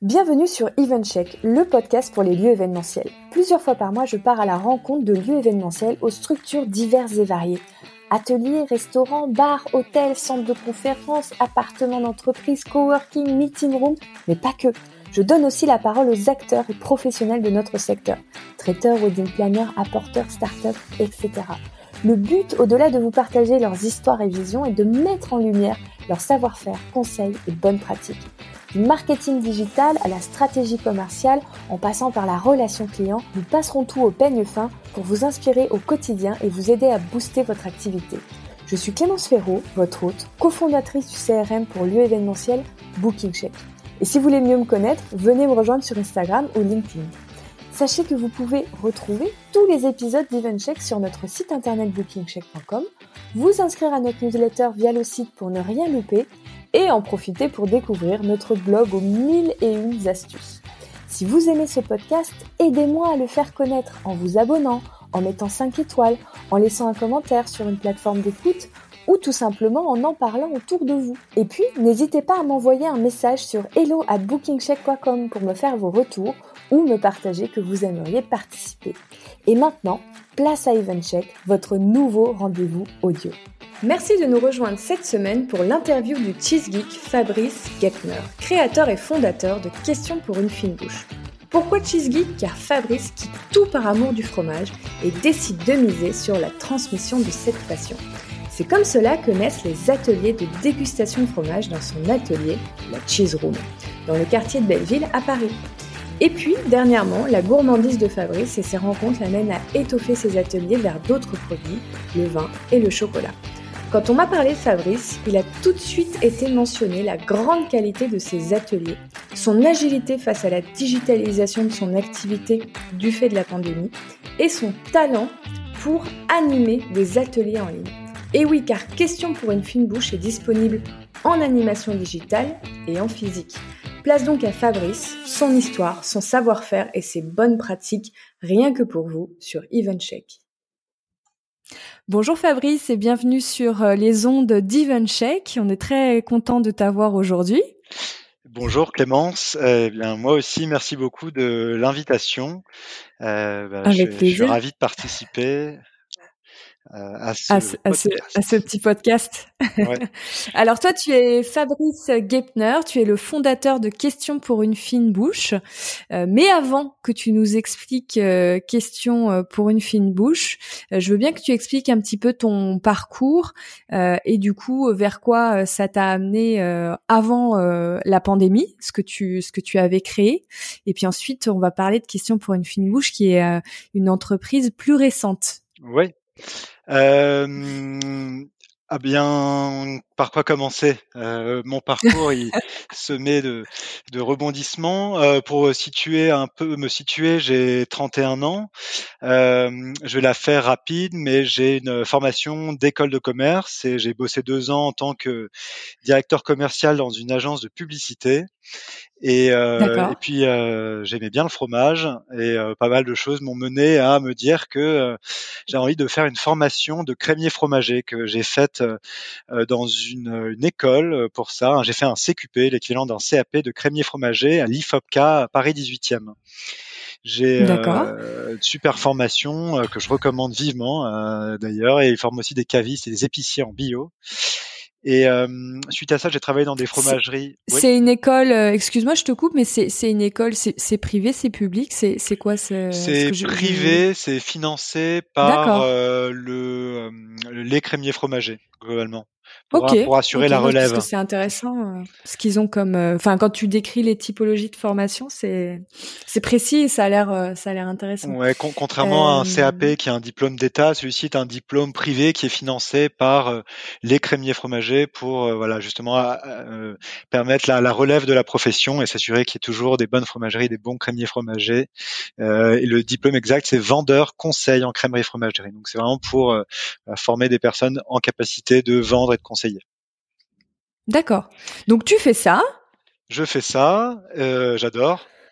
Bienvenue sur EventCheck, le podcast pour les lieux événementiels. Plusieurs fois par mois, je pars à la rencontre de lieux événementiels aux structures diverses et variées. Ateliers, restaurants, bars, hôtels, centres de conférences, appartements d'entreprise, coworking, meeting room, mais pas que. Je donne aussi la parole aux acteurs et professionnels de notre secteur. Traiteurs, wedding planners, apporteurs, startups, etc. Le but, au-delà de vous partager leurs histoires et visions, est de mettre en lumière leur savoir-faire, conseils et bonnes pratiques. Du marketing digital à la stratégie commerciale, en passant par la relation client, nous passerons tout au peigne fin pour vous inspirer au quotidien et vous aider à booster votre activité. Je suis Clémence Ferraud, votre hôte, cofondatrice du CRM pour lieux événementiels BookingCheck. Et si vous voulez mieux me connaître, venez me rejoindre sur Instagram ou LinkedIn. Sachez que vous pouvez retrouver tous les épisodes d'EventCheck sur notre site internet bookingcheck.com, vous inscrire à notre newsletter via le site pour ne rien louper et en profiter pour découvrir notre blog aux 1001 astuces. Si vous aimez ce podcast, aidez-moi à le faire connaître en vous abonnant, en mettant 5 étoiles, en laissant un commentaire sur une plateforme d'écoute ou tout simplement en parlant autour de vous. Et puis, n'hésitez pas à m'envoyer un message sur hello@bookingcheck.com pour me faire vos retours ou me partager que vous aimeriez participer. Et maintenant, place à EventCheck, votre nouveau rendez-vous audio. Merci de nous rejoindre cette semaine pour l'interview du cheese geek Fabrice Geppner, créateur et fondateur de Questions pour une fine bouche. Pourquoi cheese geek ? Car Fabrice quitte tout par amour du fromage et décide de miser sur la transmission de cette passion. C'est comme cela que naissent les ateliers de dégustation de fromage dans son atelier, la Cheese Room, dans le quartier de Belleville à Paris. Et puis, dernièrement, la gourmandise de Fabrice et ses rencontres l'amènent à étoffer ses ateliers vers d'autres produits, le vin et le chocolat. Quand on m'a parlé de Fabrice, il a tout de suite été mentionné la grande qualité de ses ateliers, son agilité face à la digitalisation de son activité du fait de la pandémie et son talent pour animer des ateliers en ligne. Et oui, car Question pour une fine bouche est disponible en animation digitale et en physique. Place donc à Fabrice, son histoire, son savoir-faire et ses bonnes pratiques, rien que pour vous, sur EventCheck. Bonjour Fabrice et bienvenue sur les ondes d'EventCheck. On est très content de t'avoir aujourd'hui. Bonjour Clémence, moi aussi merci beaucoup de l'invitation. Avec plaisir. Je suis ravi de participer à ce petit podcast. Ouais. Alors toi, tu es Fabrice Geppner, tu es le fondateur de Questions pour une fine bouche. Mais avant que tu nous expliques Questions pour une fine bouche, je veux bien que tu expliques un petit peu ton parcours et du coup vers quoi ça t'a amené avant la pandémie, ce que tu avais créé. Et puis ensuite, on va parler de Questions pour une fine bouche, qui est une entreprise plus récente. Oui. Par quoi commencer ? Mon parcours, il semé de rebondissements. Pour me situer, j'ai 31 ans. Je vais la faire rapide, mais j'ai une formation d'école de commerce et j'ai bossé 2 ans en tant que directeur commercial dans une agence de publicité. Et puis j'aimais bien le fromage et pas mal de choses m'ont mené à me dire que j'ai envie de faire une formation de crémier fromager que j'ai faite dans une école pour ça. J'ai fait un CQP, l'équivalent d'un CAP de crémier fromager à l'IFOPCA à Paris 18e. J'ai une super formation que je recommande vivement d'ailleurs, et ils forment aussi des cavistes et des épiciers en bio. Et suite à ça, j'ai travaillé dans des fromageries. C'est une école, excuse-moi, je te coupe, mais c'est une école, c'est privé, c'est public, c'est quoi c'est privé, c'est financé par les crémiers fromagers globalement. Pour assurer la relève. Parce que c'est intéressant ce qu'ils ont comme quand tu décris les typologies de formation, c'est précis et ça a l'air intéressant. Ouais, contrairement à un CAP qui est un diplôme d'État, celui-ci est un diplôme privé qui est financé par les crémiers fromagers pour justement permettre la relève de la profession et s'assurer qu'il y ait toujours des bonnes fromageries, des bons crémiers fromagers. Et le diplôme exact, c'est vendeur conseil en crèmerie fromagerie. Donc c'est vraiment pour former des personnes en capacité de vendre et de conseiller. D'accord. Donc tu fais ça ? Je fais ça, j'adore.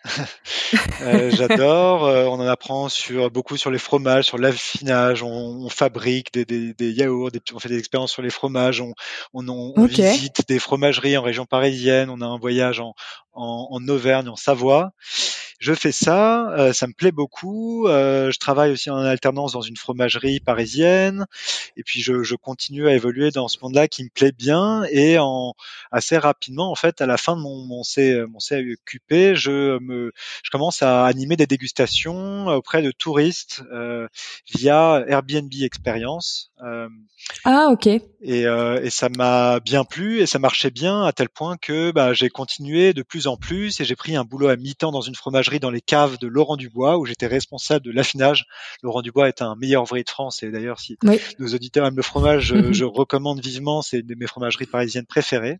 J'adore. On en apprend beaucoup sur les fromages, sur l'affinage. On fabrique des yaourts, on fait des expériences sur les fromages. On Ok. visite des fromageries en région parisienne. On a un voyage en Auvergne, en Savoie. Je fais ça, ça me plaît beaucoup. Je travaille aussi en alternance dans une fromagerie parisienne, et puis je continue à évoluer dans ce monde-là qui me plaît bien. Et assez rapidement, en fait, à la fin de mon CAUQP, je commence à animer des dégustations auprès de touristes via Airbnb Experience. Ah, ok. Et ça m'a bien plu et ça marchait bien à tel point que j'ai continué de plus en plus et j'ai pris un boulot à mi-temps dans une fromagerie dans les caves de Laurent Dubois où j'étais responsable de l'affinage. Laurent Dubois est un meilleur ouvrier de France et d'ailleurs si Oui. nos auditeurs aiment le fromage, je recommande vivement, c'est une de mes fromageries parisiennes préférées.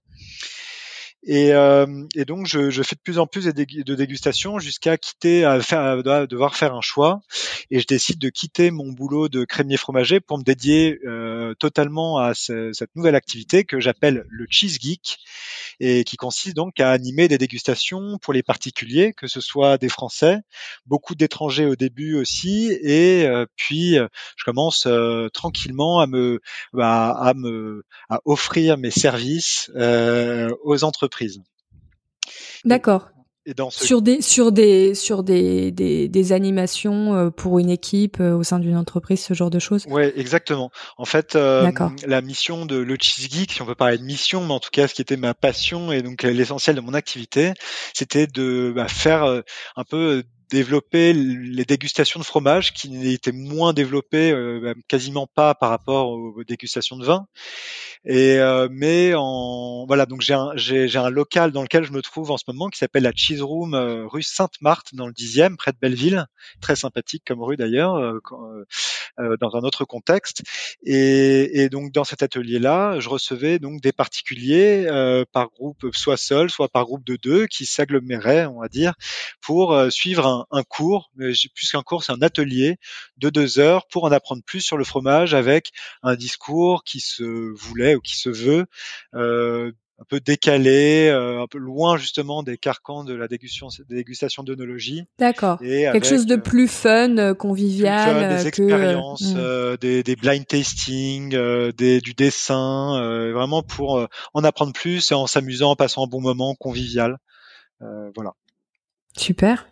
Et donc je fais de plus en plus de dégustations jusqu'à devoir faire un choix. Et je décide de quitter mon boulot de crémier fromager pour me dédier totalement à cette nouvelle activité que j'appelle le Cheese Geek et qui consiste donc à animer des dégustations pour les particuliers, que ce soit des Français, beaucoup d'étrangers au début aussi, et puis je commence tranquillement à offrir mes services aux entreprises. Et, D'accord. et dans ce Sur des animations pour une équipe au sein d'une entreprise, ce genre de choses. Ouais, exactement. En fait, D'accord. la mission de Le Cheese Geek, si on peut parler de mission, mais en tout cas, ce qui était ma passion et donc l'essentiel de mon activité, c'était de faire un peu développer les dégustations de fromage qui étaient moins développées, quasiment pas par rapport aux dégustations de vin. Mais voilà, donc j'ai un local dans lequel je me trouve en ce moment qui s'appelle la Cheese Room rue Sainte-Marthe dans le 10e, près de Belleville, très sympathique comme rue d'ailleurs, dans un autre contexte. Et donc dans cet atelier-là, je recevais donc des particuliers par groupe, soit seuls, soit par groupe de deux, qui s'aggloméraient, on va dire, pour suivre un cours. Mais plus qu'un cours, c'est un atelier de 2 heures pour en apprendre plus sur le fromage avec un discours qui se voulait ou qui se veut un peu décalé, un peu loin justement des carcans de la dégustation d'œnologie D'accord. et Quelque chose avec de plus fun, plus convivial fun, des que. expériences, des blind tasting, du dessin, vraiment pour en apprendre plus et en s'amusant, en passant un bon moment convivial. Voilà. Super.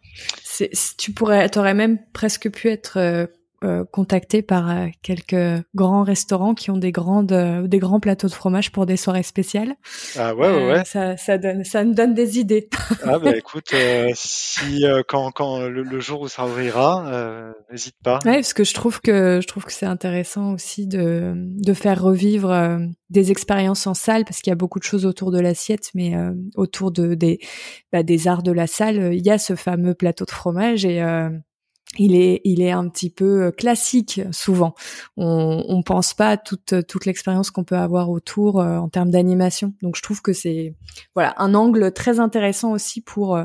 T'aurais même presque pu être contacté par quelques grands restaurants qui ont des grands plateaux de fromage pour des soirées spéciales. Ah ouais, ouais, ouais. Ça me donne des idées. Ah écoute, si quand le jour où ça ouvrira, n'hésite pas. Ouais, parce que je trouve que c'est intéressant aussi de faire revivre des expériences en salle, parce qu'il y a beaucoup de choses autour de l'assiette, mais autour des arts de la salle, il y a ce fameux plateau de fromage et il est un petit peu classique souvent. On pense pas à toute l'expérience qu'on peut avoir autour en termes d'animation. Donc je trouve que c'est voilà un angle très intéressant aussi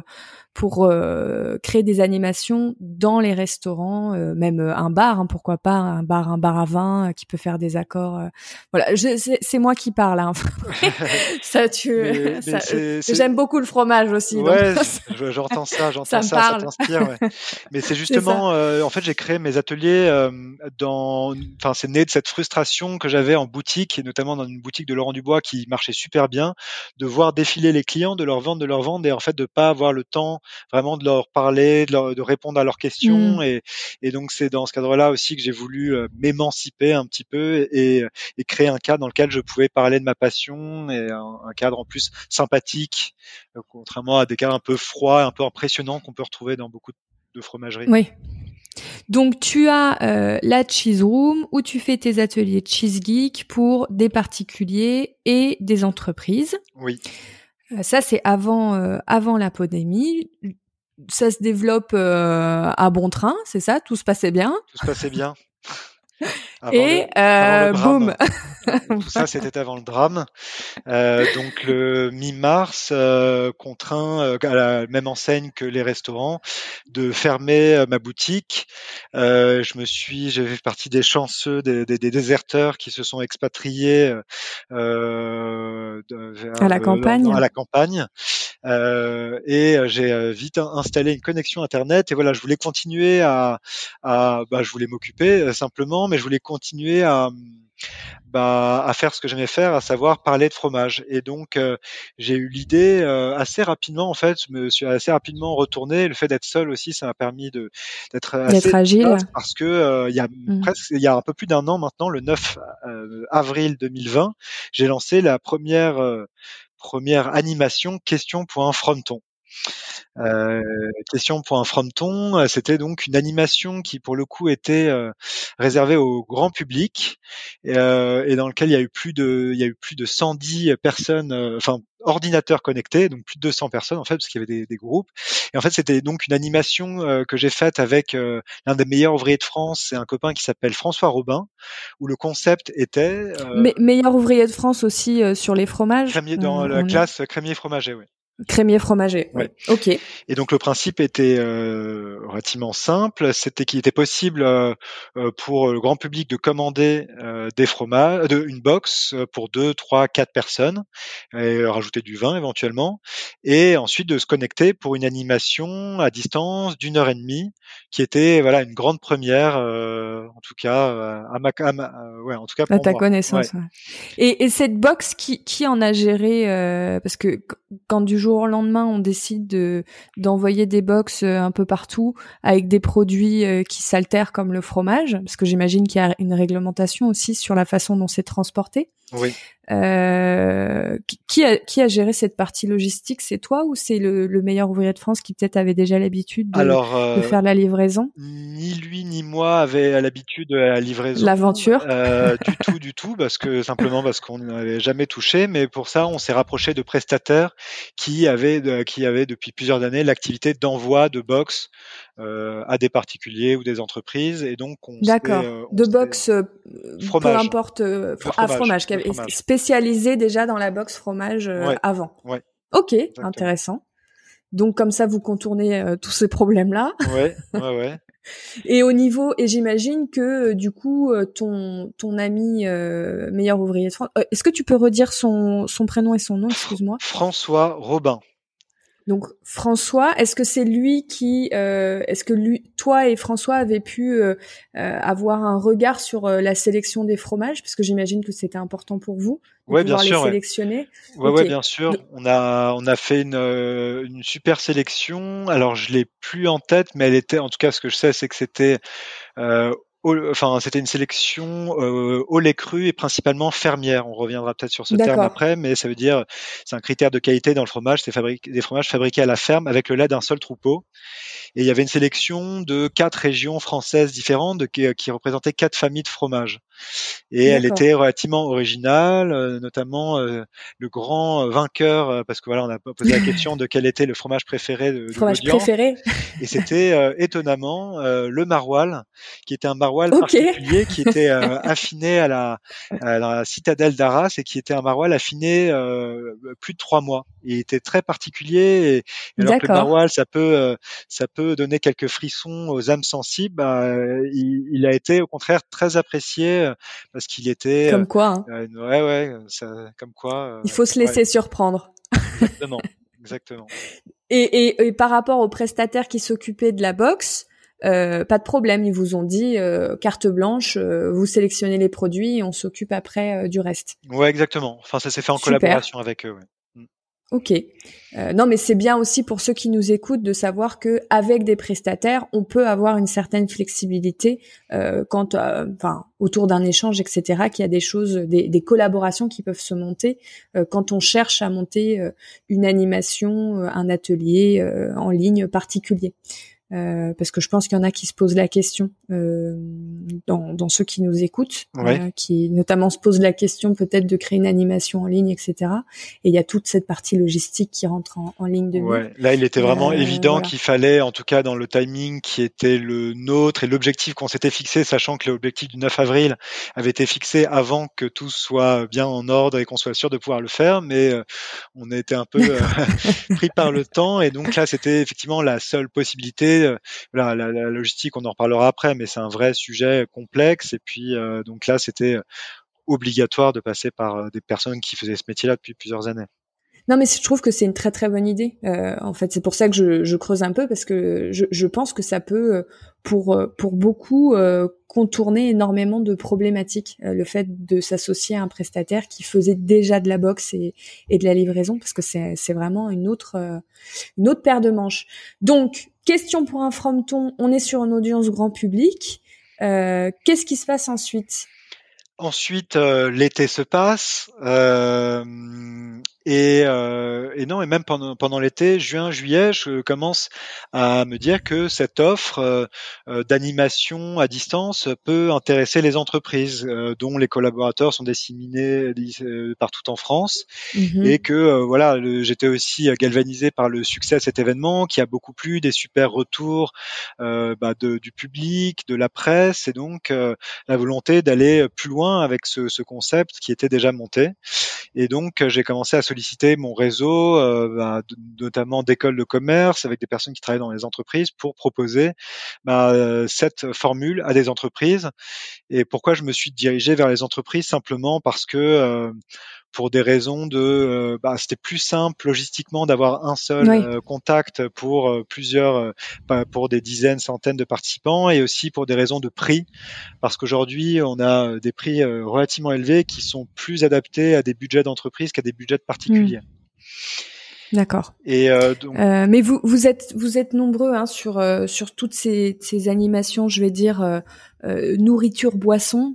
pour créer des animations dans les restaurants, même un bar, hein, pourquoi pas un bar à vin qui peut faire des accords. Voilà, c'est moi qui parle. Hein. Ça, Mais j'aime beaucoup le fromage aussi, donc ouais, j'entends ça, ça me ça parle. t'inspire. Ouais. Mais c'est C'est ça. justement, en fait, j'ai créé mes ateliers enfin, c'est né de cette frustration que j'avais en boutique et notamment dans une boutique de Laurent Dubois qui marchait super bien, de voir défiler les clients, de leur vendre et en fait de pas avoir le temps vraiment de leur parler, de répondre à leurs questions. Mm. Et donc c'est dans ce cadre-là aussi que j'ai voulu m'émanciper un petit peu et créer un cadre dans lequel je pouvais parler de ma passion et un cadre en plus sympathique, contrairement à des cadres un peu froids, un peu impressionnants qu'on peut retrouver dans beaucoup de fromageries. Oui. Donc tu as la Cheese Room où tu fais tes ateliers Cheese Geek pour des particuliers et des entreprises. Oui. Ça c'est avant la pandémie. Ça se développe à bon train, c'est ça? Tout se passait bien. Tout se passait bien. Et Avant le drame. boum. Tout ça, c'était avant le drame. Donc le mi-mars, contraint à la même enseigne que les restaurants de fermer ma boutique. J'ai fait partie des chanceux, des déserteurs qui se sont expatriés À la campagne. à la campagne. et j'ai vite installé une connexion internet et voilà, je voulais continuer je voulais m'occuper simplement, mais je voulais continuer à faire ce que j'aimais faire, à savoir parler de fromage. Et donc, j'ai eu l'idée assez rapidement. En fait, je me suis assez rapidement retourné. Le fait d'être seul aussi, ça m'a permis d'être assez D'être efficace agile. parce que Mm. il y a un peu plus d'un an maintenant, le 9 avril 2020, j'ai lancé la première animation question pour un fronton. Euh, Question pour un fronton, c'était donc une animation qui pour le coup était réservée au grand public et dans lequel il y a eu plus de 110 personnes, enfin ordinateurs connectés, donc plus de 200 personnes en fait, parce qu'il y avait des groupes. Et en fait, c'était donc une animation que j'ai faite avec l'un des meilleurs ouvriers de France, c'est un copain qui s'appelle François Robin, où le concept était Mais meilleur ouvrier de France aussi sur les fromages. crémier dans la classe crémier fromager, oui. Crémier fromager. Oui. Ouais. Ok. Et donc le principe était relativement simple, c'était qu'il était possible pour le grand public de commander des fromages, une box pour 2, 3, 4 personnes, et rajouter du vin éventuellement, et ensuite de se connecter pour une animation à distance d'1 heure et demie, qui était voilà une grande première, en tout cas ouais, en tout cas À pour ta moi. Ouais. connaissance. Ouais. Et cette box, qui en a géré parce que quand du jour au lendemain on décide d'envoyer des box un peu partout avec des produits qui s'altèrent comme le fromage, parce que j'imagine qu'il y a une réglementation aussi sur la façon dont c'est transporté. Oui. Qui a géré cette partie logistique? C'est toi ou c'est le meilleur ouvrier de France qui peut-être avait déjà l'habitude Alors, de faire la livraison? ni lui ni moi avait l'habitude de la livraison, L'aventure? du tout, simplement parce qu'on n'avait jamais touché. Mais pour ça, on s'est rapproché de prestataires qui avaient depuis plusieurs années l'activité d'envoi de box à des particuliers ou des entreprises. Et donc, D'accord. De box, peu fromage, importe, fromage, qui de avait fromage. spécialisé déjà dans la box fromage Ouais, avant. ouais, Ok, exactement. intéressant. Donc comme ça, vous contournez tous ces problèmes-là. Ouais, ouais, ouais. Et au niveau, et j'imagine que du coup, ton ami meilleur ouvrier de France, est-ce que tu peux redire son prénom et son nom, excuse-moi? François Robin. Donc François, est-ce que c'est lui qui, est-ce que lui, toi et François avez pu avoir un regard sur la sélection des fromages, parce que j'imagine que c'était important pour vous de Ouais, bien pouvoir les sûr, ouais. sélectionner. Ouais, Ok. ouais, bien sûr. On a fait une super sélection. Alors, je l'ai plus en tête, mais elle était, en tout cas, ce que je sais, c'est que c'était, c'était une sélection au lait cru et principalement fermière. On reviendra peut-être sur ce terme D'accord. après, mais ça veut dire, c'est un critère de qualité dans le fromage. C'est des fromages fabriqués à la ferme avec le lait d'un seul troupeau. Et il y avait une sélection de 4 régions françaises différentes qui représentaient 4 familles de fromages. Et elle D'accord. était relativement originale, notamment le grand vainqueur, parce que voilà, on a posé la question de quel était le fromage préféré de Fromage l'audience, préféré? et c'était étonnamment le maroilles, qui était un maroilles Ok. particulier, qui était affiné à la citadelle d'Arras et qui était un maroilles affiné plus de 3 mois. Il était très particulier, et alors que le D'accord. maroilles, ça peut donner quelques frissons aux âmes sensibles, il a été au contraire très apprécié parce qu'il était, Comme quoi, hein. ouais, ouais, comme quoi, Il faut se ouais, laisser surprendre. exactement, exactement. Et par rapport aux prestataires qui s'occupaient de la box, pas de problème. Ils vous ont dit carte blanche, vous sélectionnez les produits et on s'occupe après du reste. Ouais, exactement. Enfin, ça s'est fait en Super. collaboration avec eux, ouais. Ok. Non, mais c'est bien aussi pour ceux qui nous écoutent de savoir que avec des prestataires, on peut avoir une certaine flexibilité quand, enfin, autour d'un échange, etc. Qu'il y a des choses, des collaborations qui peuvent se monter quand on cherche à monter une animation, un atelier en ligne particulier. Parce que je pense qu'il y en a qui se posent la question dans ceux qui nous écoutent, Ouais. qui notamment se posent la question peut-être de créer une animation en ligne, etc. Et il y a toute cette partie logistique qui rentre en ligne de mire. Ouais, là, il était vraiment évident Voilà. qu'il fallait, en tout cas dans le timing qui était le nôtre et l'objectif qu'on s'était fixé, sachant que l'objectif du 9 avril avait été fixé avant que tout soit bien en ordre et qu'on soit sûr de pouvoir le faire, mais on a été un peu pris par le temps, et donc là, c'était effectivement la seule possibilité. Voilà, la logistique, on en reparlera après, mais c'est un vrai sujet complexe, et puis donc là, c'était obligatoire de passer par des personnes qui faisaient ce métier-là depuis plusieurs années. Non, mais je trouve que c'est une très très bonne idée. En fait, c'est pour ça que je creuse un peu parce que je pense que ça peut pour beaucoup contourner énormément de problématiques. Le fait de s'associer à un prestataire qui faisait déjà de la boxe et de la livraison, parce que c'est vraiment une autre paire de manches. Donc, question pour un frometon, on est sur une audience grand public. Qu'est-ce qui se passe ensuite? Ensuite, l'été se passe et non, et même pendant l'été, juin, juillet, je commence à me dire que cette offre d'animation à distance peut intéresser les entreprises dont les collaborateurs sont disséminés partout en France, et que voilà, j'étais aussi galvanisé par le succès de cet événement qui a beaucoup plu, des super retours du public, de la presse, et donc la volonté d'aller plus loin avec ce concept qui était déjà monté. Et donc j'ai commencé à solliciter mon réseau, notamment d'écoles de commerce, avec des personnes qui travaillent dans les entreprises, pour proposer cette formule à des entreprises. Et pourquoi je me suis dirigé vers les entreprises? Simplement parce que pour des raisons de c'était plus simple logistiquement d'avoir un seul contact pour plusieurs pour des dizaines, centaines de participants, et aussi pour des raisons de prix, parce qu'aujourd'hui on a des prix relativement élevés qui sont plus adaptés à des budgets d'entreprise qu'à des budgets de particuliers. D'accord. Et donc, mais vous êtes nombreux sur toutes ces animations, je vais dire nourriture, boisson,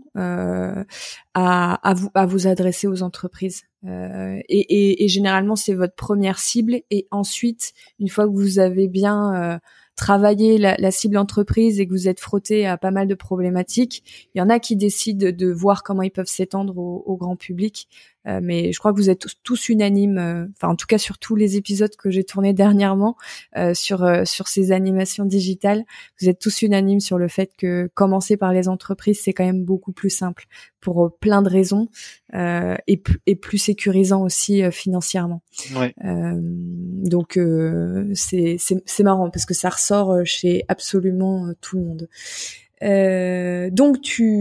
à vous adresser aux entreprises. Et généralement c'est votre première cible, et ensuite une fois que vous avez bien travaillé la cible entreprise et que vous êtes frotté à pas mal de problématiques, il y en a qui décident de voir comment ils peuvent s'étendre au grand public. Mais je crois que vous êtes tous unanimes, en tout cas sur tous les épisodes que j'ai tournés dernièrement sur ces animations digitales, vous êtes tous unanimes sur le fait que commencer par les entreprises, c'est quand même beaucoup plus simple pour plein de raisons, et plus sécurisant aussi financièrement. Ouais. Donc c'est marrant parce que ça ressort chez absolument tout le monde. Donc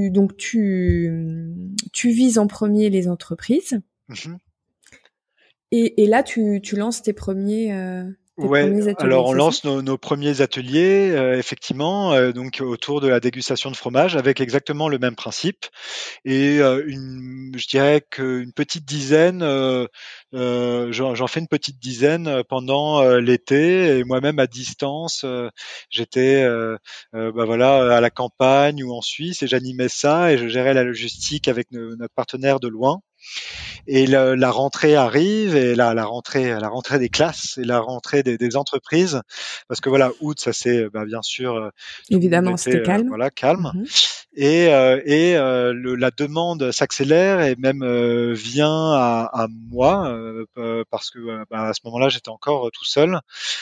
tu vises en premier les entreprises. Mmh. Et là tu lances tes premiers premiers ateliers. Alors on lance nos premiers ateliers, effectivement, donc autour de la dégustation de fromage, avec exactement le même principe, et je dirais qu'une petite dizaine, j'en fais une petite dizaine pendant l'été, et moi-même à distance, j'étais à la campagne ou en Suisse, et j'animais ça et je gérais la logistique avec notre partenaire de loin. Et la rentrée arrive, et la rentrée des classes et la rentrée des entreprises, parce que voilà, août, ça c'est bien sûr évidemment c'était calme. Calme. Et la demande s'accélère, et même vient à moi, parce que à ce moment-là j'étais encore tout seul,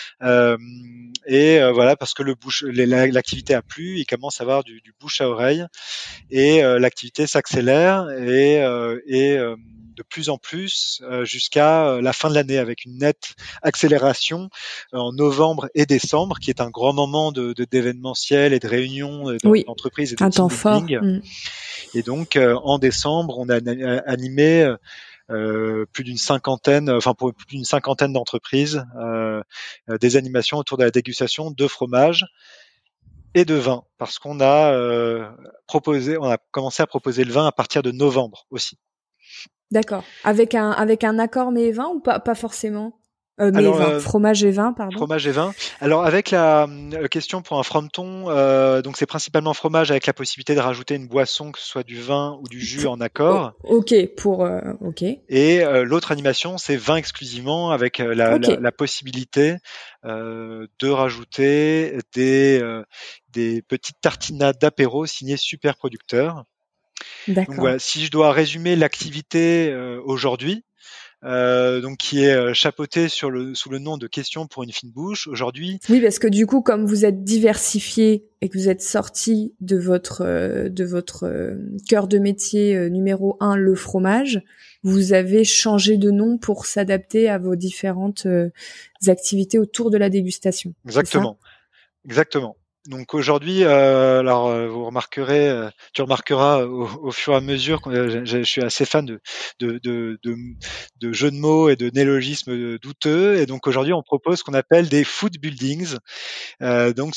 parce que l'activité a plu, il commence à avoir du bouche à oreille, et l'activité s'accélère, et de plus en plus jusqu'à la fin de l'année, avec une nette accélération en novembre et décembre, qui est un grand moment d'événementiel et de réunions d'entreprises et de un temps fort. Et donc en décembre, on a animé plus d'une cinquantaine d'entreprises, des animations autour de la dégustation de fromage et de vin, parce qu'on a commencé à proposer le vin à partir de novembre aussi. D'accord. Avec un accord mets et vin, ou pas forcément? Fromage et vin, pardon. Fromage et vin. Alors avec la question pour un frometon, donc c'est principalement fromage, avec la possibilité de rajouter une boisson, que ce soit du vin ou du jus en accord. Ok. Et l'autre animation, c'est vin exclusivement, avec la possibilité de rajouter des petites tartinades d'apéro signées Super Producteur. D'accord. Donc voilà, si je dois résumer l'activité aujourd'hui, donc qui est chapeautée sous le nom de questions pour une fine bouche aujourd'hui. Oui, parce que du coup, comme vous êtes diversifié et que vous êtes sorti de votre cœur de métier numéro 1, le fromage, vous avez changé de nom pour s'adapter à vos différentes activités autour de la dégustation. Exactement. Donc aujourd'hui, vous remarquerez, tu remarqueras au fur et à mesure que je suis assez fan de jeux de mots et de néologismes douteux. Et donc aujourd'hui, on propose ce qu'on appelle des food buildings. Donc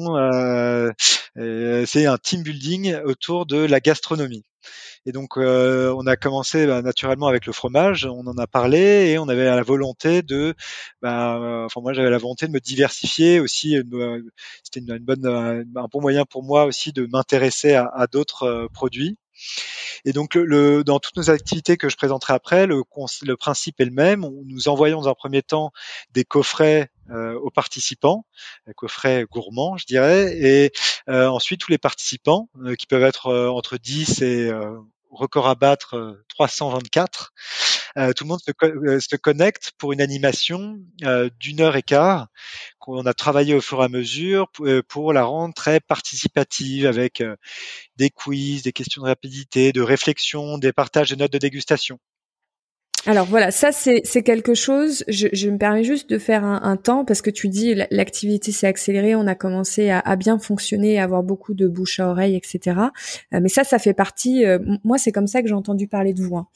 c'est un team building autour de la gastronomie. Et donc, on a commencé naturellement avec le fromage, on en a parlé et on avait la volonté enfin moi j'avais la volonté de me diversifier aussi. C'était un bon moyen pour moi aussi de m'intéresser à d'autres produits. Et donc, dans toutes nos activités que je présenterai après, le principe est le même. Nous envoyons dans un premier temps des coffrets aux participants, des coffrets gourmands, je dirais, et ensuite tous les participants, qui peuvent être entre 10 et record à battre 324. Tout le monde se connecte pour une animation d'1 heure et quart qu'on a travaillé au fur et à mesure pour la rendre très participative avec des quiz, des questions de rapidité, de réflexion, des partages de notes de dégustation. Alors voilà, ça c'est quelque chose. Je me permets juste de faire un temps parce que tu dis l'activité s'est accélérée, on a commencé à bien fonctionner, à avoir beaucoup de bouche à oreille, etc. Mais ça fait partie. Moi, c'est comme ça que j'ai entendu parler de vous, hein.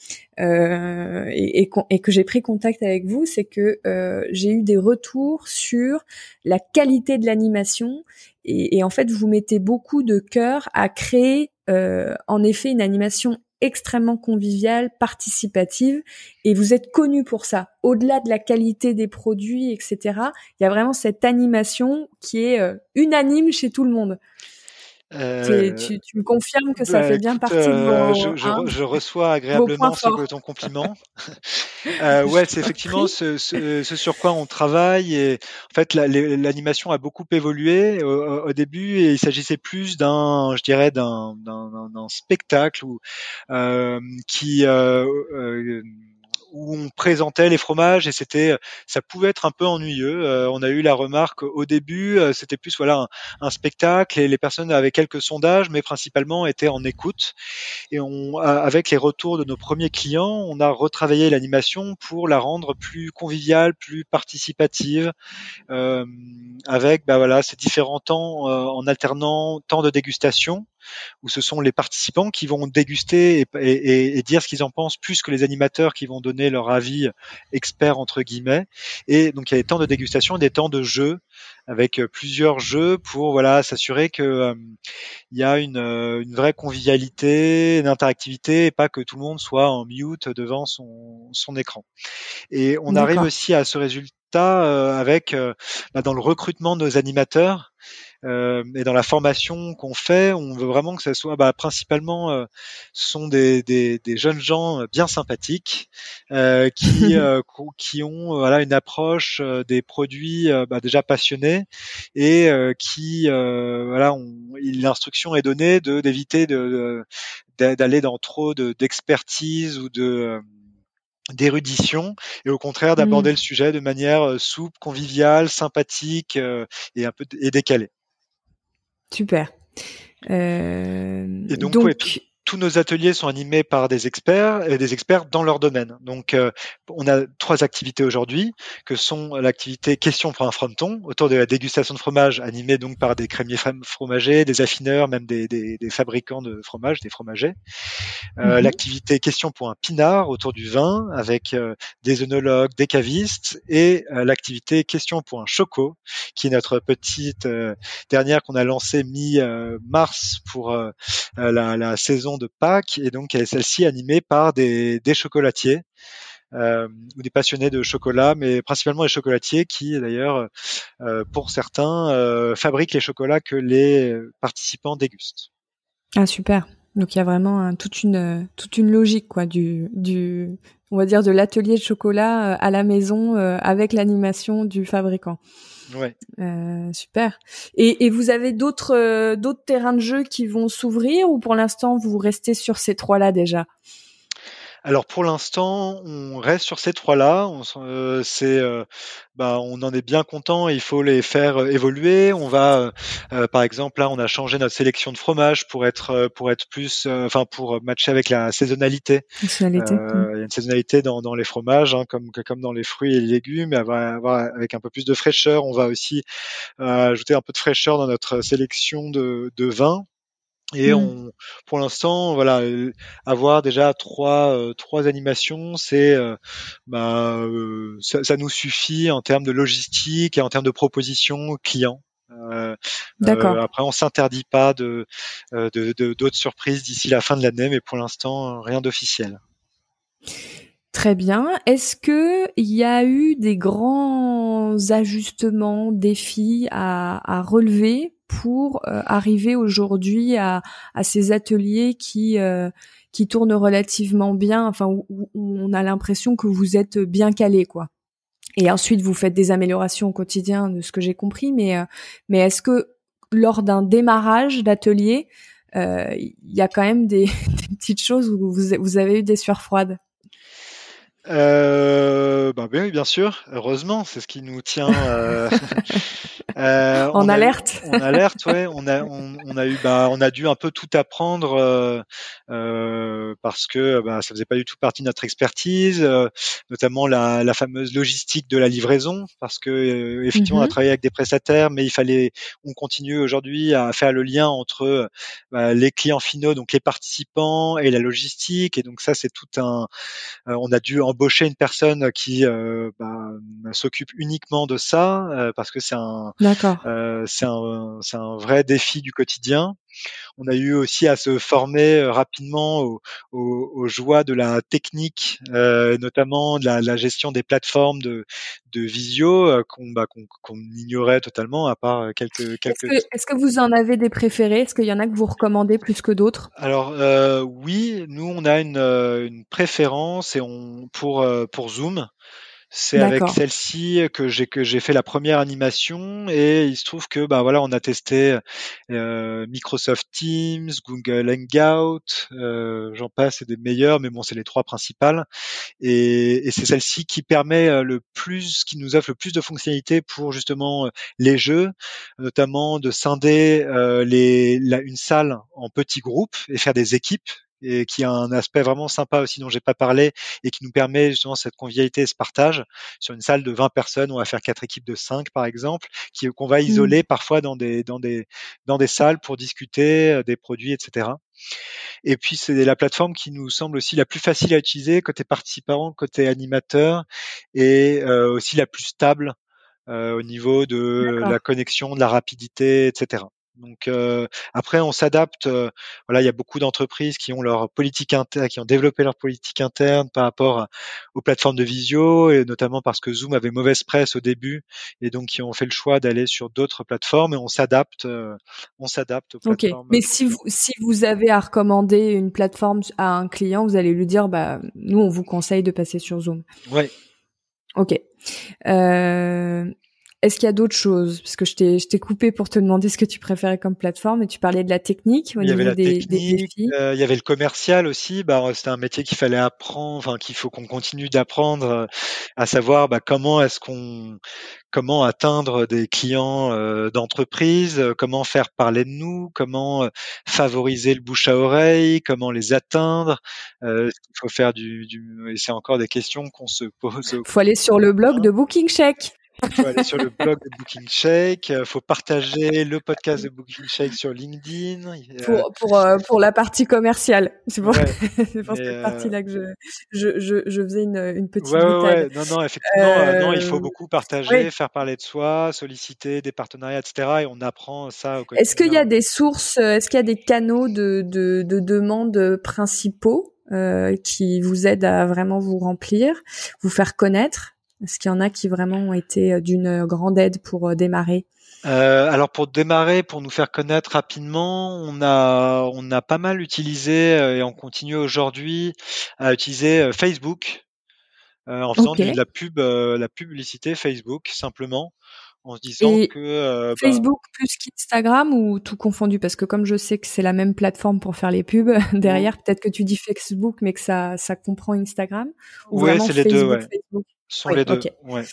Et que j'ai pris contact avec vous, c'est que j'ai eu des retours sur la qualité de l'animation et en fait, vous mettez beaucoup de cœur à créer en effet une animation extrêmement conviviale, participative, et vous êtes connu pour ça. Au-delà de la qualité des produits, etc., il y a vraiment cette animation qui est unanime chez tout le monde. Tu me confirmes que ça fait bien Écoute, partie de je reçois vos points agréablement forts. ton compliment. Ouais, c'est effectivement ce sur quoi on travaille. Et en fait, l'animation a beaucoup évolué au début, et il s'agissait plus je dirais, d'un spectacle qui où on présentait les fromages, et ça pouvait être un peu ennuyeux. On a eu la remarque au début, c'était plus voilà un spectacle, et les personnes avaient quelques sondages, mais principalement étaient en écoute. Et avec les retours de nos premiers clients, on a retravaillé l'animation pour la rendre plus conviviale, plus participative, euh, avec voilà ces différents temps en alternant temps de dégustation, où ce sont les participants qui vont déguster et dire ce qu'ils en pensent, plus que les animateurs qui vont donner leur avis expert entre guillemets. Et donc il y a des temps de dégustation et des temps de jeu, avec plusieurs jeux pour voilà s'assurer que il y a une vraie convivialité, une interactivité, et pas que tout le monde soit en mute devant son écran. Et on arrive D'accord. aussi à ce résultat dans le recrutement de nos animateurs. Et dans la formation qu'on fait, on veut vraiment que ça soit principalement ce sont des jeunes gens bien sympathiques qui ont voilà une approche des produits déjà passionnés, et voilà l'instruction est donnée d'éviter d'aller dans trop d'expertise ou d'érudition, et au contraire d'aborder le sujet de manière souple, conviviale, sympathique et un peu décalée. Super. Et donc, ouais, Donc, tous nos ateliers sont animés par des experts, et des experts dans leur domaine. Donc, on a 3 activités aujourd'hui, que sont l'activité questions pour un fronton, autour de la dégustation de fromage, animée donc par des crémiers fromagers, des affineurs, même des fabricants de fromage, des fromagers. L'activité question pour un pinard, autour du vin, avec des œnologues, des cavistes, et l'activité question pour un choco, qui est notre petite dernière qu'on a lancée mi-mars pour la saison de Pâques, et donc celle-ci animée par des chocolatiers ou des passionnés de chocolat, mais principalement les chocolatiers qui d'ailleurs pour certains fabriquent les chocolats que les participants dégustent. Ah super. Donc il y a vraiment toute une logique quoi on va dire de l'atelier de chocolat à la maison avec l'animation du fabricant. Ouais. Super. Et vous avez d'autres terrains de jeu qui vont s'ouvrir, ou pour l'instant vous restez sur ces 3 là déjà? Alors pour l'instant, on reste sur ces 3-là. On en est bien content. Il faut les faire évoluer. On va, par exemple, là, on a changé notre sélection de fromage pour être plus, enfin pour matcher avec la saisonnalité. Fonctionnalité. Il y a une saisonnalité dans les fromages, hein, comme dans les fruits et les légumes, avec un peu plus de fraîcheur. On va aussi ajouter un peu de fraîcheur dans notre sélection de vins. Et pour l'instant, voilà, avoir déjà trois animations, ça nous suffit en termes de logistique et en termes de propositions clients. D'accord. Après, on s'interdit pas d'autres surprises d'ici la fin de l'année, mais pour l'instant, rien d'officiel. Très bien. Est-ce que il y a eu des grands ajustements, défis à relever pour arriver aujourd'hui à ces ateliers qui tournent relativement bien, enfin où on a l'impression que vous êtes bien calé, quoi. Et ensuite vous faites des améliorations au quotidien, de ce que j'ai compris, mais est-ce que lors d'un démarrage d'atelier, il y a quand même des petites choses où vous avez eu des sueurs froides? Bien sûr, heureusement, c'est ce qui nous tient. En alerte. On alerte, ouais. On a dû un peu tout apprendre parce que ça faisait pas du tout partie de notre expertise, notamment la fameuse logistique de la livraison, parce que effectivement, on a travaillé avec des prestataires, mais on continue aujourd'hui à faire le lien entre les clients finaux, donc les participants, et la logistique, et donc ça, c'est tout un on a dû embaucher une personne qui s'occupe uniquement de ça parce que D'accord. c'est un vrai défi du quotidien. On a eu aussi à se former rapidement aux joies de la technique, notamment de la gestion des plateformes de visio qu'on ignorait totalement, à part quelques. Est-ce que vous en avez des préférés? Est-ce qu'il y en a que vous recommandez plus que d'autres? Alors oui, nous on a une préférence pour Zoom. C'est avec D'accord. celle-ci que j'ai fait la première animation, et il se trouve que voilà, on a testé Microsoft Teams, Google Hangout, j'en passe, c'est des meilleurs, mais bon, c'est les trois principales. Et c'est celle-ci qui nous offre le plus de fonctionnalités pour justement les jeux, notamment de scinder une salle en petits groupes et faire des équipes, et qui a un aspect vraiment sympa aussi dont j'ai pas parlé, et qui nous permet justement cette convivialité et ce partage. Sur une salle de 20 personnes, on va faire 4 équipes de 5 par exemple, qu'on va Mmh. isoler parfois dans des salles pour discuter des produits, etc. Et puis c'est la plateforme qui nous semble aussi la plus facile à utiliser côté participant, côté animateur, et aussi la plus stable au niveau de la D'accord. connexion, de la rapidité, etc. Donc après, on s'adapte. Voilà, il y a beaucoup d'entreprises qui ont leur politique interne, qui ont développé leur politique interne par rapport aux plateformes de visio, et notamment parce que Zoom avait mauvaise presse au début, et donc qui ont fait le choix d'aller sur d'autres plateformes. Et on s'adapte aux OK. plateformes. Mais si vous avez à recommander une plateforme à un client, vous allez lui dire, bah, nous, on vous conseille de passer sur Zoom. Ouais. OK. Euh, Est-ce qu'il y a d'autres choses? Parce que je t'ai coupé pour te demander ce que tu préférais comme plateforme, et tu parlais de la technique au Il y avait niveau la des technique, défis. il y avait le commercial aussi. C'était un métier qu'il fallait apprendre, enfin qu'il faut qu'on continue d'apprendre, à savoir comment atteindre des clients d'entreprise, comment faire parler de nous, comment favoriser le bouche à oreille, comment les atteindre. Est-ce qu'il faut faire et c'est encore des questions qu'on se pose au Faut aller sur le blog quotidien. de Booking Check. Il faut aller sur le blog de Booking Shake, faut partager le podcast de Booking Shake sur LinkedIn. Pour la partie commerciale. C'est pour Ouais, c'est pour mais cette partie-là que je faisais une petite ouais. boutade. Non, non, effectivement, non, il Euh, faut beaucoup partager, ouais. faire parler de soi, solliciter des partenariats, etc. Et on apprend ça au Est-ce qu'il y quotidien. a des sources, est-ce qu'il y a des canaux de demande principaux qui vous aident à vraiment vous remplir, vous faire connaître? Est-ce qu'il y en a qui vraiment ont été d'une grande aide pour démarrer? Alors pour démarrer, pour nous faire connaître rapidement, on a pas mal utilisé et on continue aujourd'hui à utiliser Facebook en faisant Ok, de la publicité Facebook simplement. en se disant Et que Facebook plus qu'Instagram ou tout confondu? Parce que comme je sais que c'est la même plateforme pour faire les pubs, derrière, peut-être que tu dis Facebook, mais que ça comprend Instagram? Ou ouais, vraiment c'est les deux, Facebook, ouais. Facebook? Ce sont Oui, les deux, OK. ouais.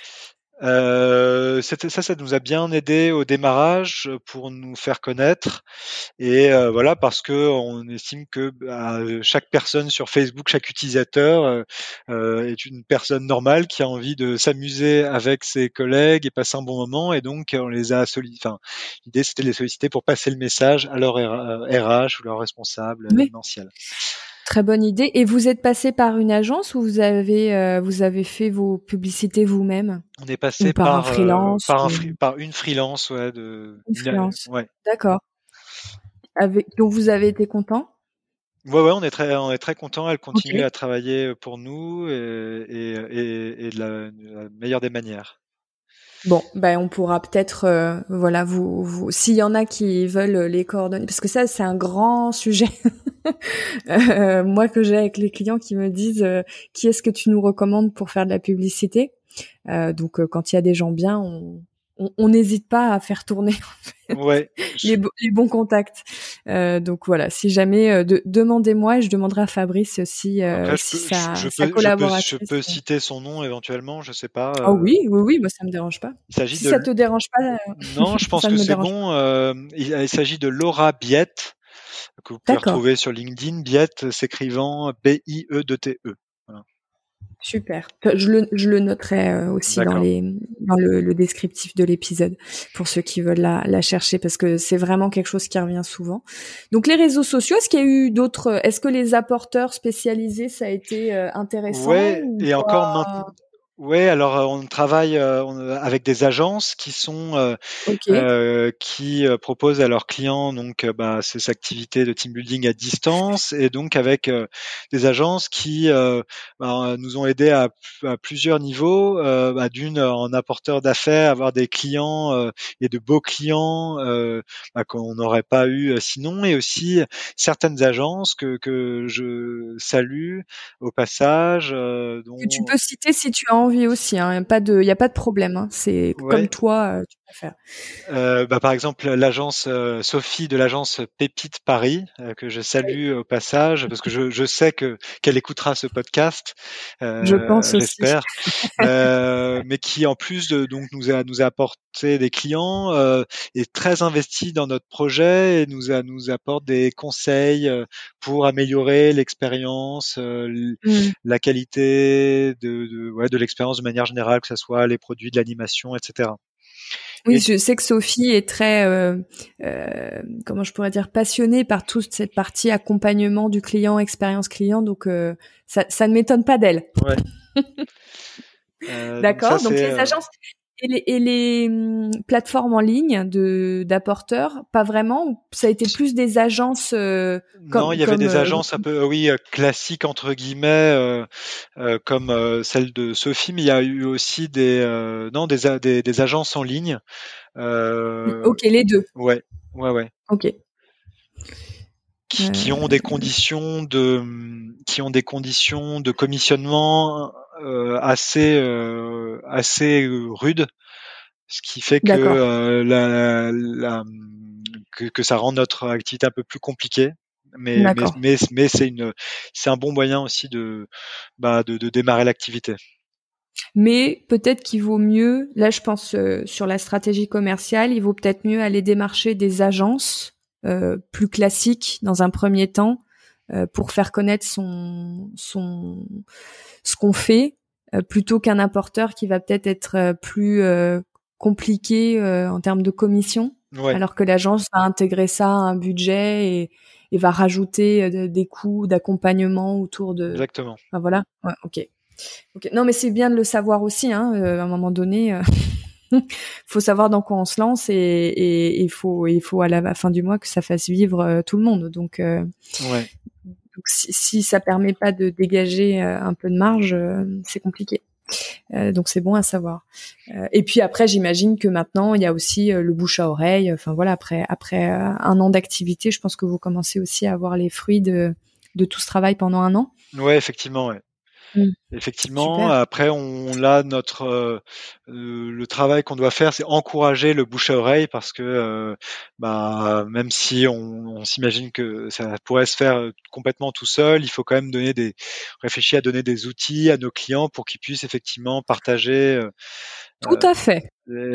Ça nous a bien aidé au démarrage pour nous faire connaître et voilà parce que on estime que chaque personne sur Facebook, chaque utilisateur est une personne normale qui a envie de s'amuser avec ses collègues et passer un bon moment et donc on les a enfin l'idée c'était de les solliciter pour passer le message à leur RH ou leur responsable Oui, événementiel. très bonne idée. Et vous êtes passé par une agence ou vous avez fait vos publicités vous-même? On est passé Ou par un freelance ou par une freelance une freelance? ouais. D'accord. Donc vous avez été content? Ouais, on est très content. Elle continue OK. à travailler pour nous et de la meilleure des manières. Bon, ben on pourra peut-être, voilà, s'il y en a qui veulent les coordonnées, parce que ça c'est un grand sujet. Moi que j'ai avec les clients qui me disent, qui est-ce que tu nous recommandes pour faire de la publicité? Donc quand il y a des gens bien, on n'hésite pas à faire tourner Ouais, les bons contacts. Donc voilà, si jamais, demandez-moi et je demanderai à Fabrice si après si sa collaboratrice. je peux citer son nom éventuellement, je sais pas. Oh oui, oui, oui, moi ça me dérange pas. Il s'agit Si de ça te dérange pas, non, je pense ça ne que me c'est dérange pas. bon. Il s'agit de Laura Biette que vous pouvez D'accord. retrouver sur LinkedIn. Biette s'écrivant B-I-E-T-T-E. Voilà. Super. Je le noterai aussi dans D'accord. dans le descriptif de l'épisode pour ceux qui veulent la chercher parce que c'est vraiment quelque chose qui revient souvent. Donc les réseaux sociaux, est-ce que les apporteurs spécialisés ça a été intéressant Ouais, ou et encore pas? ouais, alors on travaille avec des agences qui sont OK. qui proposent à leurs clients donc ces activités de team building à distance et donc avec des agences qui nous ont aidés à plusieurs niveaux. D'une en apporteur d'affaires, avoir des clients et de beaux clients qu'on n'aurait pas eu sinon, et aussi certaines agences que je salue au passage, Que tu dont peux citer si tu as envie aussi, hein. Il y a pas de problème, hein. C'est comme ouais. toi, tu préfères. Par exemple, l'agence Sophie de l'agence Pépite Paris, que je Oui, salue au passage, parce que je sais qu'elle écoutera ce podcast, je pense aussi. j'espère, mais qui en plus de donc nous a apporté des clients, est très investie dans notre projet et nous apporte des conseils pour améliorer l'expérience, Mmh. la qualité de l'expérience de manière générale, que ce soit les produits, de l'animation, etc. Oui, Et je sais que Sophie est très, comment je pourrais dire, passionnée par toute cette partie accompagnement du client, expérience client, donc ça ne m'étonne pas d'elle. ouais. Donc ça D'accord, donc c'est les agences et les, plateformes en ligne d'apporteurs, pas vraiment? Ou ça a été plus des agences, non, il y avait des agences un peu oui classiques entre guillemets comme celle de Sophie, mais il y a eu aussi des non des agences en ligne. OK, les 2. Ouais, ouais, ouais, OK. qui ont des conditions de commissionnement assez rudes, ce qui fait que D'accord, que ça rend notre activité un peu plus compliquée. d'accord. Mais c'est un bon moyen aussi de démarrer l'activité. Mais peut-être qu'il vaut mieux, là je pense sur la stratégie commerciale, il vaut peut-être mieux aller démarcher des agences plus classiques dans un premier temps pour faire connaître ce qu'on fait plutôt qu'un apporteur qui va peut-être être plus compliqué en termes de commission, Ouais, alors que l'agence va intégrer ça à un budget et va rajouter des coûts d'accompagnement autour de. exactement. Enfin, voilà. Ouais, ok. Ok. Non, mais c'est bien de le savoir aussi. Hein, à un moment donné, faut savoir dans quoi on se lance et il faut à la fin du mois que ça fasse vivre tout le monde. Ouais. Donc si ça permet pas de dégager un peu de marge, c'est compliqué. Donc c'est bon à savoir. Et puis après, j'imagine que maintenant il y a aussi le bouche à oreille. Enfin voilà, après un an d'activité, je pense que vous commencez aussi à avoir les fruits de tout ce travail pendant un an. Ouais, effectivement, ouais. Effectivement, Super. après le travail qu'on doit faire, c'est encourager le bouche à oreille parce que même si on s'imagine que ça pourrait se faire complètement tout seul, il faut quand même réfléchir à donner des outils à nos clients pour qu'ils puissent effectivement partager Tout à fait.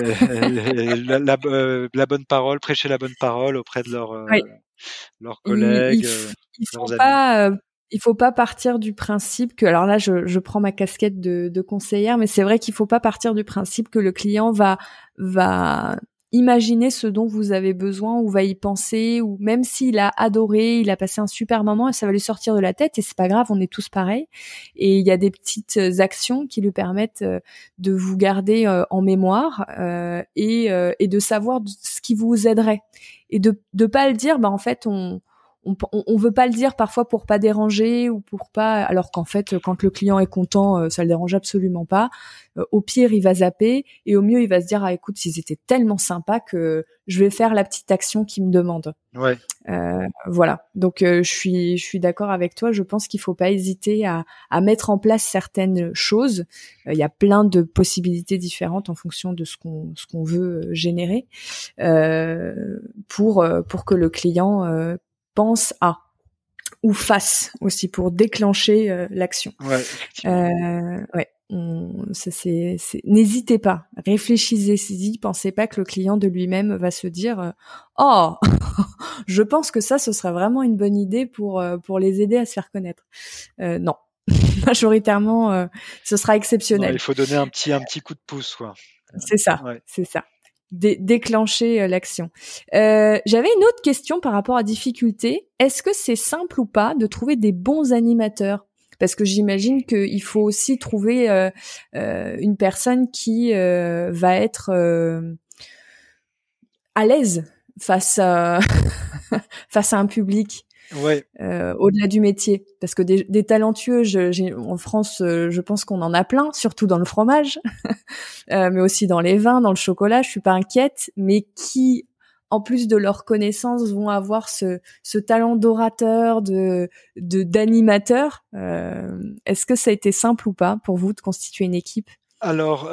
la bonne parole, prêcher la bonne parole auprès de Oui. leurs Il, il, collègues, f- il faut leurs amis. pas, il faut pas partir du principe que, alors là, je prends ma casquette de conseillère, mais c'est vrai qu'il faut pas partir du principe que le client va imaginer ce dont vous avez besoin ou va y penser, ou même s'il a adoré, il a passé un super moment, ça va lui sortir de la tête et c'est pas grave, on est tous pareils. Et il y a des petites actions qui lui permettent de vous garder en mémoire et de savoir ce qui vous aiderait et de pas le dire, en fait on veut pas le dire parfois pour pas déranger ou pour pas, alors qu'en fait quand le client est content, ça le dérange absolument pas. Au pire il va zapper et au mieux il va se dire écoute, ils étaient tellement sympas que je vais faire la petite action qu'ils me demandent. Ouais. Voilà, donc je suis d'accord avec toi, je pense qu'il faut pas hésiter à mettre en place certaines choses. Il y a plein de possibilités différentes en fonction de ce qu'on veut générer pour que le client pense à ou fasse aussi pour déclencher l'action. Ouais, effectivement. Ouais. N'hésitez pas, réfléchissez-y, pensez pas que le client de lui-même va se dire oh je pense que ça ce serait vraiment une bonne idée pour les aider à se faire connaître. Non, majoritairement ce sera Non, il exceptionnel. faut donner un petit coup de pouce, quoi. C'est ça, Ouais. c'est ça. Déclencher l'action. J'avais une autre question par rapport à difficulté. Est-ce que c'est simple ou pas de trouver des bons animateurs? Parce que j'imagine qu'il faut aussi trouver une personne qui va être à l'aise face à face à un public. Ouais. Au-delà du métier, parce que des talentueux, en France, je pense qu'on en a plein, surtout dans le fromage, mais aussi dans les vins, dans le chocolat. Je suis pas inquiète, mais qui, en plus de leurs connaissances, vont avoir ce talent d'orateur, d'animateur. Est-ce que ça a été simple ou pas pour vous de constituer une équipe? Alors,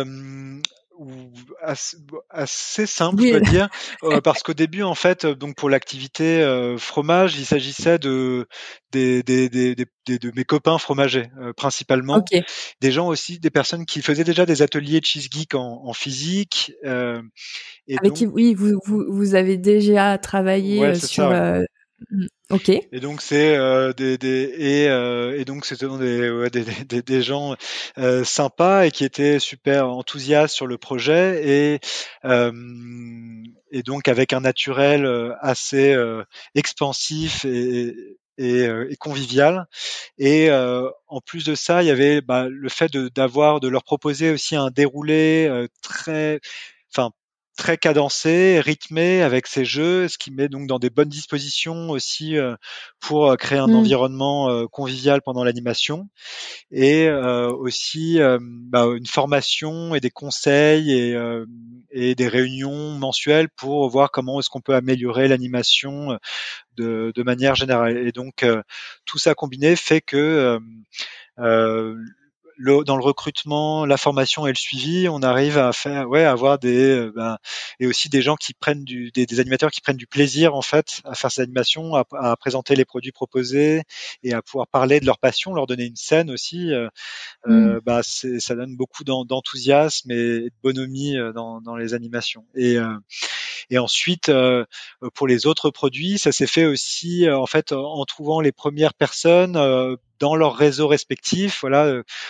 assez simple, je Oui. dois dire, parce qu'au début, en fait, donc pour l'activité fromage, il s'agissait de mes copains fromagers principalement, Ok. des gens aussi, des personnes qui faisaient déjà des ateliers Cheese Geek en physique, et Avec qui, donc oui, vous avez déjà travaillé ouais, c'est ça. sur. Ouais. Ok. Et donc c'est et donc c'était des gens sympas et qui étaient super enthousiastes sur le projet euh, et donc avec un naturel assez expansif et convivial. Et en plus de ça, il y avait le fait de leur proposer aussi un déroulé enfin très cadencé, rythmé avec ces jeux, ce qui met donc dans des bonnes dispositions aussi pour créer un Hmm. environnement convivial pendant l'animation et aussi une formation et des conseils et des réunions mensuelles pour voir comment est-ce qu'on peut améliorer l'animation de manière générale. Et donc tout ça combiné fait que euh, dans le recrutement, la formation et le suivi, on arrive à faire, ouais, à avoir et aussi des gens qui prennent des animateurs qui prennent du plaisir en fait à faire ces animations, à présenter les produits proposés et à pouvoir parler de leur passion, leur donner une scène aussi. Hmm. Ça donne beaucoup d'enthousiasme et de bonhomie dans les animations. Et ensuite, pour les autres produits, ça s'est fait aussi en fait en trouvant les premières personnes dans leurs réseaux respectifs. Voilà,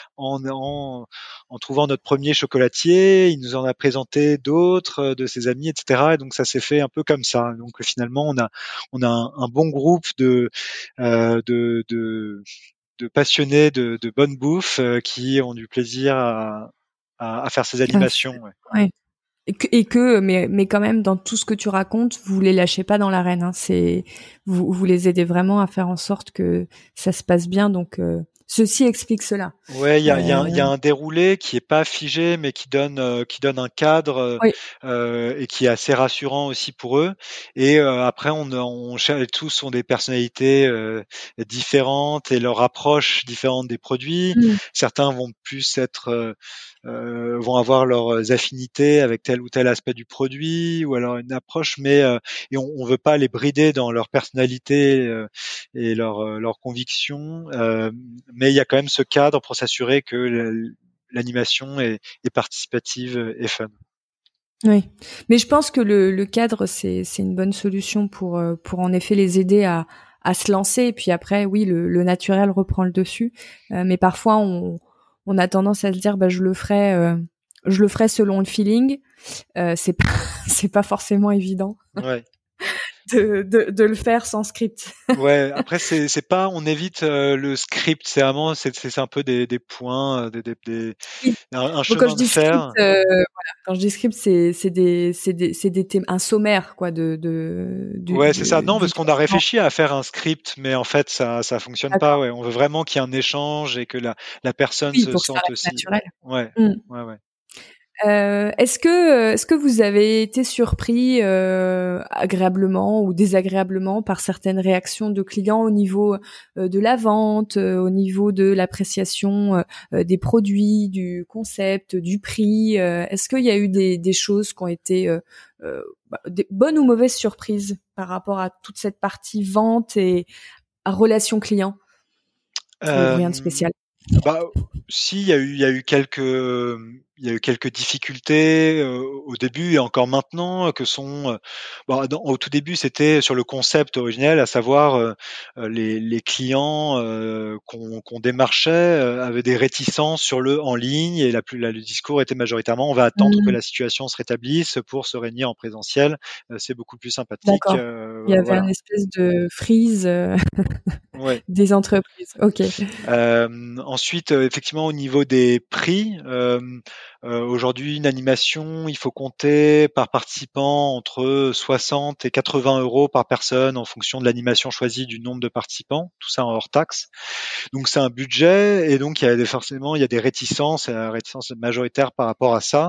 en trouvant notre premier chocolatier, il nous en a présenté d'autres de ses amis, etc. Et donc ça s'est fait un peu comme ça. Donc finalement, on a un bon groupe euh, de, de, de passionnés de bonne bouffe qui ont du plaisir à faire ces Ah, animations. Ouais. ouais. Mais quand même, dans tout ce que tu racontes, vous les lâchez pas dans l'arène. Hein. Vous les aidez vraiment à faire en sorte que ça se passe bien. Donc, Ceci explique cela. Ouais, il y a un déroulé qui est pas figé, mais qui donne un cadre Oui. et qui est assez rassurant aussi pour eux. Et après, tous ont des personnalités différentes et leur approche différente des produits. Mmh. Certains vont plus vont avoir leurs affinités avec tel ou tel aspect du produit, ou alors une approche, mais et on veut pas les brider dans leur personnalité et leurs convictions. Mais il y a quand même ce cadre pour s'assurer que l'animation est participative et fun. Oui, mais je pense que le cadre c'est une bonne solution pour en effet les aider à se lancer. Et puis après, oui, le naturel reprend le dessus. Mais parfois on a tendance à se dire bah je le ferai selon le feeling. C'est pas c'est pas forcément évident Ouais. de le faire sans script. Ouais, après c'est pas on évite le script, c'est vraiment c'est un peu des points, Oui. un Bon, quand je chemin de dis script, fer. voilà, quand je dis script, c'est des thèmes, un sommaire quoi Ouais, c'est ça. Non, du parce qu'on a traitement. réfléchi à faire un script, mais en fait ça fonctionne pas. D'accord. Ouais, on veut vraiment qu'il y ait un échange et que la personne Oui, se pour que ça sente reste aussi. naturel. Ouais, Mmh. ouais, ouais. Est-ce que vous avez été surpris agréablement ou désagréablement par certaines réactions de clients au niveau de la vente, au niveau de l'appréciation des produits, du concept, du prix? Est-ce qu'il y a eu des choses qui ont été des bonnes ou mauvaises surprises par rapport à toute cette partie vente et à relation client ou rien de Euh, spécial? Bah, si, il y a eu quelques difficultés au début et encore maintenant que sont. Au tout début, c'était sur le concept originel, à savoir les clients qu'on démarchait avaient des réticences sur le en ligne et le discours était majoritairement on va attendre que Mmh, la situation se rétablisse pour se réunir en présentiel. C'est beaucoup plus sympathique. d'accord. Il y avait un Voilà. espèce de freeze. Ouais. Des entreprises, OK. Ensuite, effectivement, au niveau des prix, aujourd'hui, une animation, il faut compter par participant entre 60 et 80 euros par personne en fonction de l'animation choisie, du nombre de participants, tout ça en hors taxe. Donc c'est un budget et donc forcément il y a des réticences, réticences majoritaires par rapport à ça.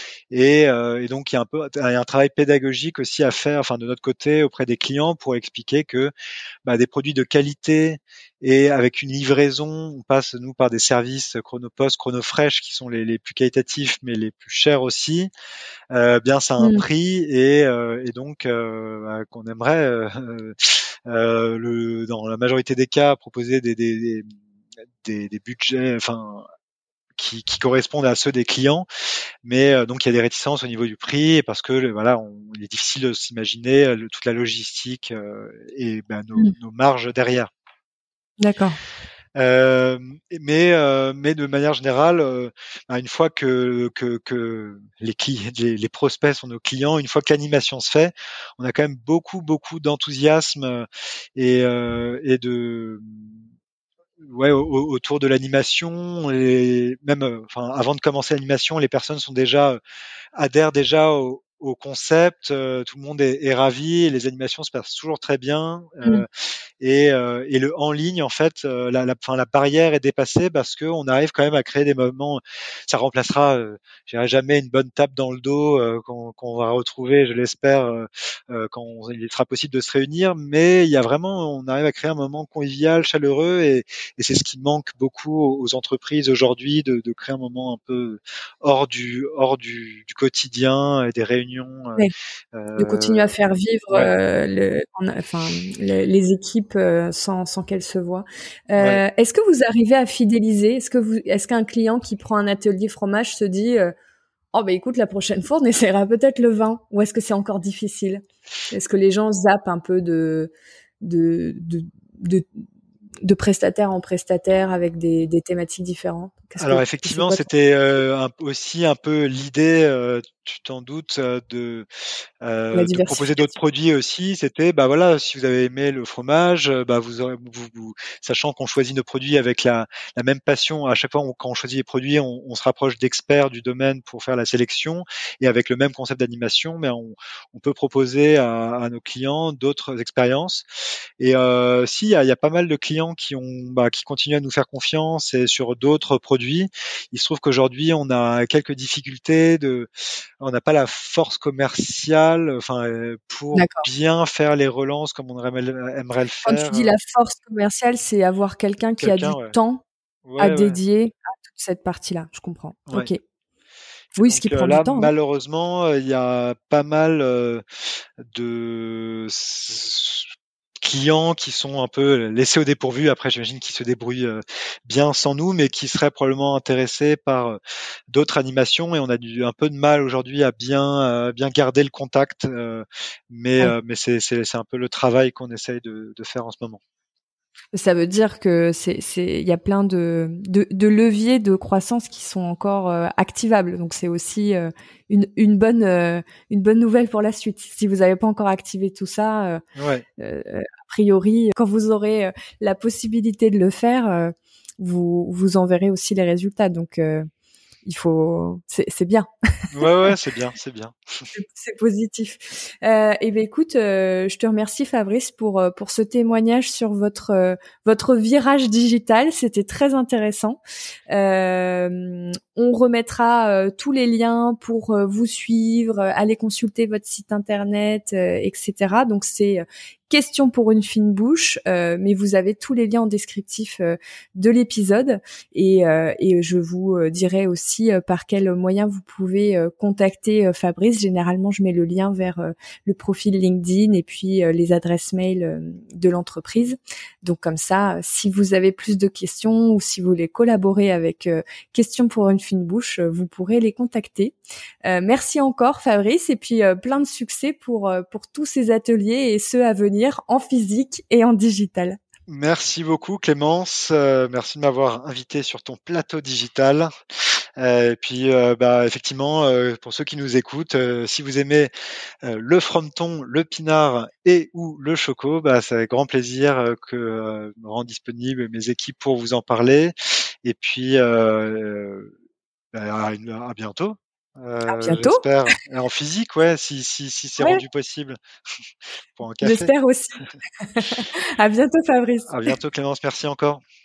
Et donc il y a un travail pédagogique aussi à faire, enfin de notre côté auprès des clients pour expliquer que des produits de qualité et avec une livraison, on passe nous par des services Chronopost, Chronofresh qui sont les plus qualitatifs mais les plus chers aussi. Bien ça a un Mmh, prix et donc qu'on aimerait dans la majorité des cas proposer des budgets, enfin qui correspondent à ceux des clients, mais donc il y a des réticences au niveau du prix parce que voilà, il est difficile de s'imaginer toute la logistique et mmh, nos marges derrière. d'accord. Euh, mais de manière générale, une fois que les prospects sont nos clients, une fois que l'animation se fait, on a quand même beaucoup d'enthousiasme et de ouais autour de l'animation et même enfin avant de commencer l'animation, les personnes sont déjà adhèrent déjà au concept, tout le monde est ravi et les animations se passent toujours très bien. Mmh, Et le en ligne, en fait, enfin, la barrière est dépassée parce qu'on arrive quand même à créer des moments. Ça remplacera, je dirais jamais une bonne tape dans le dos qu'on va retrouver, je l'espère, il sera possible de se réunir. Mais il y a vraiment, on arrive à créer un moment convivial, chaleureux, et c'est ce qui manque beaucoup aux entreprises aujourd'hui, de créer un moment un peu du quotidien et des réunions. ouais, de continuer à Euh, faire vivre, ouais, les équipes, sans qu'elles se voient. ouais. Est-ce que vous arrivez à fidéliser? Est-ce qu'un client qui prend un atelier fromage se dit, «Oh, bah, écoute, la prochaine fois, on essaiera peut-être le vin», ou est-ce que c'est encore difficile? Est-ce que les gens zappent un peu de de de prestataire en prestataire avec des thématiques différentes? Alors C'est effectivement, quoi ton c'était aussi un peu l'idée, tu t'en doutes, la de proposer d'autres diversification? produits aussi. C'était, bah voilà, si vous avez aimé le fromage, bah vous aurez, sachant qu'on choisit nos produits avec la même passion. À chaque fois, quand on choisit les produits, on se rapproche d'experts du domaine pour faire la sélection, et avec le même concept d'animation, mais on peut proposer à nos clients d'autres expériences. Et si, il y a pas mal de clients qui continuent à nous faire confiance et sur d'autres produits. Il se trouve qu'aujourd'hui, on a quelques difficultés on n'a pas la force commerciale, enfin, pour D'accord. bien faire les relances comme on aimerait le Quand tu faire. dis la force commerciale, c'est avoir quelqu'un qui a Quelqu'un, du ouais, temps à ouais, ouais, dédier à toute cette partie-là. Je comprends. ouais. OK. Et Oui, ce donc qui prend du là, temps, hein. malheureusement, il y a pas mal de clients qui sont un peu laissés au dépourvu. Après, j'imagine qu'ils se débrouillent bien sans nous, mais qui seraient probablement intéressés par d'autres animations. Et on a un peu de mal aujourd'hui à bien garder le contact. Ouais. Mais c'est un peu le travail qu'on essaye de faire en ce moment. Ça veut dire que il y a plein de leviers de croissance qui sont encore activables. Donc c'est aussi une bonne nouvelle pour la suite. Si vous n'avez pas encore activé tout ça, Ouais. a priori, quand vous aurez la possibilité de le faire, vous en verrez aussi les résultats. Donc c'est bien. Ouais, ouais, c'est bien, c'est bien. C'est positif. Et ben écoute, je te remercie Fabrice pour ce témoignage sur votre virage digital. C'était très intéressant. On remettra tous les liens pour vous suivre, aller consulter votre site internet, etc. Donc c'est question pour une fine bouche, mais vous avez tous les liens en descriptif de l'épisode et je vous dirai aussi par quel moyen vous pouvez contacter Fabrice. Généralement, je mets le lien vers le profil LinkedIn et puis les adresses mail de l'entreprise. Donc comme ça, si vous avez plus de questions ou si vous voulez collaborer avec Question pour une fine bouche, vous pourrez les contacter. Merci encore Fabrice et puis plein de succès pour tous ces ateliers et ceux à venir en physique et en digital. Merci beaucoup Clémence, merci de m'avoir invité sur ton plateau digital. Et puis effectivement, pour ceux qui nous écoutent, si vous aimez le fronton, le pinard et ou le choco, c'est avec grand plaisir que me rend disponible mes équipes pour vous en parler. Et puis à bientôt. À bientôt. J'espère en physique, ouais, si c'est Ouais, rendu possible pour un café. j'espère aussi. À bientôt Fabrice. À bientôt Clémence, merci encore.